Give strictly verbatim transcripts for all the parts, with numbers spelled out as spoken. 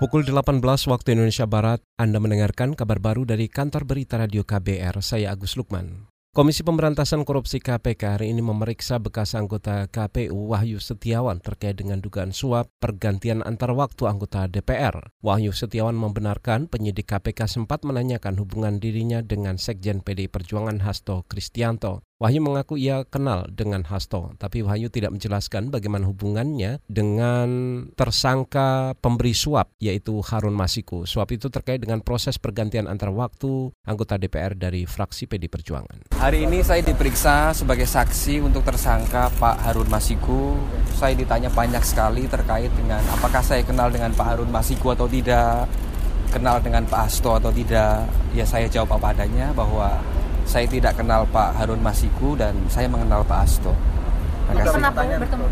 Pukul delapan belas waktu Indonesia Barat, Anda mendengarkan kabar baru dari kantor berita radio K B R, saya Agus Lukman. Komisi Pemberantasan Korupsi K P K hari ini memeriksa bekas anggota K P U Wahyu Setiawan terkait dengan dugaan suap pergantian antar waktu anggota D P R. Wahyu Setiawan membenarkan penyidik K P K sempat menanyakan hubungan dirinya dengan Sekjen P D I Perjuangan Hasto Kristianto. Wahyu mengaku ia kenal dengan Hasto, tapi Wahyu tidak menjelaskan bagaimana hubungannya dengan tersangka pemberi suap, yaitu Harun Masiku. Suap itu terkait dengan proses pergantian antar waktu anggota D P R dari fraksi P D I Perjuangan. Hari ini saya diperiksa sebagai saksi untuk tersangka Pak Harun Masiku. Saya ditanya banyak sekali terkait dengan apakah saya kenal dengan Pak Harun Masiku atau tidak, kenal dengan Pak Hasto atau tidak. Ya saya jawab apa adanya bahwa saya tidak kenal Pak Harun Masiku dan saya mengenal Pak Hasto. Terima kasih. Kenapa bertemu?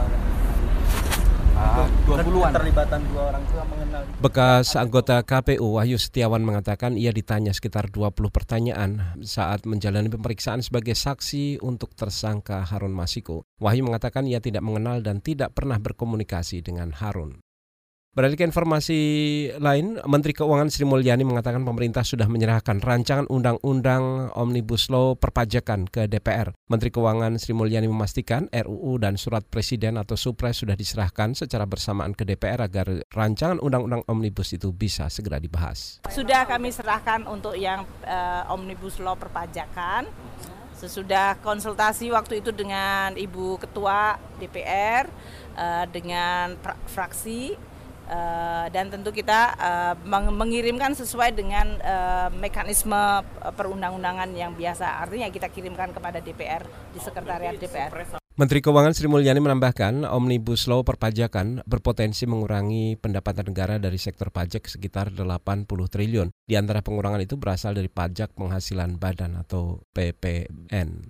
Ah, dua puluhan. Keterlibatan dua orang tua mengenal. Bekas anggota K P U Wahyu Setiawan mengatakan ia ditanya sekitar dua puluh pertanyaan saat menjalani pemeriksaan sebagai saksi untuk tersangka Harun Masiku. Wahyu mengatakan ia tidak mengenal dan tidak pernah berkomunikasi dengan Harun. Beralih ke informasi lain, Menteri Keuangan Sri Mulyani mengatakan pemerintah sudah menyerahkan rancangan undang-undang Omnibus Law perpajakan ke D P R. Menteri Keuangan Sri Mulyani memastikan R U U dan surat Presiden atau Supres sudah diserahkan secara bersamaan ke D P R agar rancangan undang-undang Omnibus itu bisa segera dibahas. Sudah kami serahkan untuk yang uh, Omnibus Law perpajakan. Sesudah konsultasi waktu itu dengan Ibu Ketua D P R, uh, dengan pra- fraksi, Uh, dan tentu kita uh, mengirimkan sesuai dengan uh, mekanisme perundang-undangan yang biasa. Artinya kita kirimkan kepada D P R di sekretariat D P R. Menteri Keuangan Sri Mulyani menambahkan Omnibus Law perpajakan berpotensi mengurangi pendapatan negara dari sektor pajak sekitar delapan puluh triliun. Di antara pengurangan itu berasal dari pajak penghasilan badan atau P P N.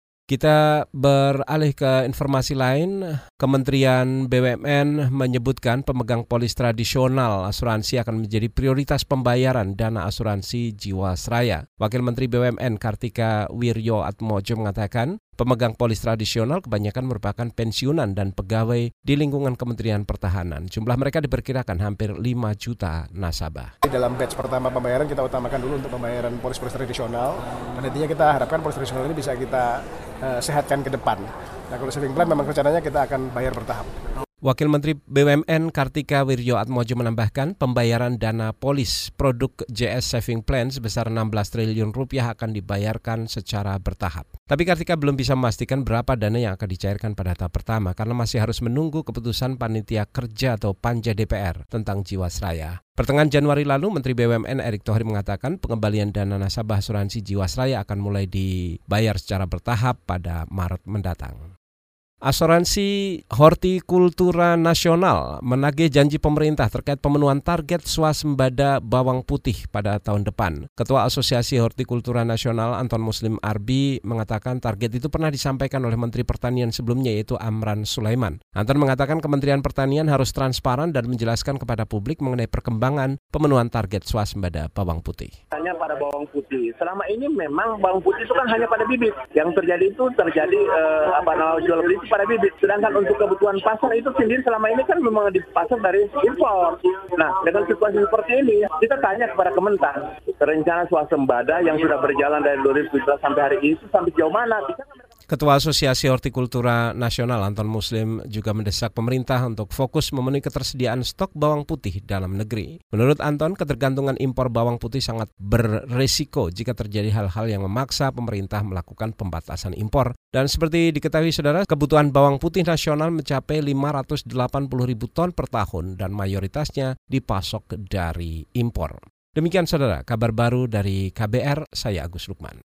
Kita beralih ke informasi lain. Kementerian B U M N menyebutkan pemegang polis tradisional asuransi akan menjadi prioritas pembayaran dana asuransi Jiwasraya. Wakil Menteri B U M N Kartika Wirjoatmojo mengatakan pemegang polis tradisional kebanyakan merupakan pensiunan dan pegawai di lingkungan Kementerian Pertahanan. Jumlah mereka diperkirakan hampir lima juta nasabah. Dalam batch pertama pembayaran kita utamakan dulu untuk pembayaran polis-polis tradisional. Dan intinya kita harapkan polis tradisional ini bisa kita uh, sehatkan ke depan. Nah kalau saving plan memang rencananya kita akan bayar bertahap. Wakil Menteri B U M N Kartika Wirjoatmojo menambahkan pembayaran dana polis produk J S Saving Plan sebesar enam belas triliun rupiah akan dibayarkan secara bertahap. Tapi Kartika belum bisa memastikan berapa dana yang akan dicairkan pada tahap pertama karena masih harus menunggu keputusan Panitia Kerja atau Panja D P R tentang Jiwasraya. Pertengahan Januari lalu, Menteri B U M N Erick Thohir mengatakan pengembalian dana nasabah asuransi Jiwasraya akan mulai dibayar secara bertahap pada Maret mendatang. Asuransi Hortikultura Nasional menagih janji pemerintah terkait pemenuhan target swasembada bawang putih pada tahun depan. Ketua Asosiasi Hortikultura Nasional Anton Muslim Arbi mengatakan target itu pernah disampaikan oleh Menteri Pertanian sebelumnya yaitu Amran Sulaiman. Anton mengatakan Kementerian Pertanian harus transparan dan menjelaskan kepada publik mengenai perkembangan pemenuhan target swasembada bawang putih. Hanya pada bawang putih. Selama ini memang bawang putih itu kan hanya pada bibit. Yang terjadi itu terjadi eh, apa namanya jual beli pada bibit. Sedangkan untuk kebutuhan pasar itu sendiri selama ini kan memang di pasar dari impor. Nah, dengan situasi seperti ini, kita tanya kepada Kementan, rencana swasembada yang sudah berjalan dari dua ribu tujuh belas sampai hari ini sampai jauh mana? Bisa Ketua Asosiasi Hortikultura Nasional Anton Muslim juga mendesak pemerintah untuk fokus memenuhi ketersediaan stok bawang putih dalam negeri. Menurut Anton, ketergantungan impor bawang putih sangat beresiko jika terjadi hal-hal yang memaksa pemerintah melakukan pembatasan impor. Dan seperti diketahui saudara, kebutuhan bawang putih nasional mencapai lima ratus delapan puluh ribu ton per tahun dan mayoritasnya dipasok dari impor. Demikian saudara, kabar baru dari K B R, saya Agus Lukman.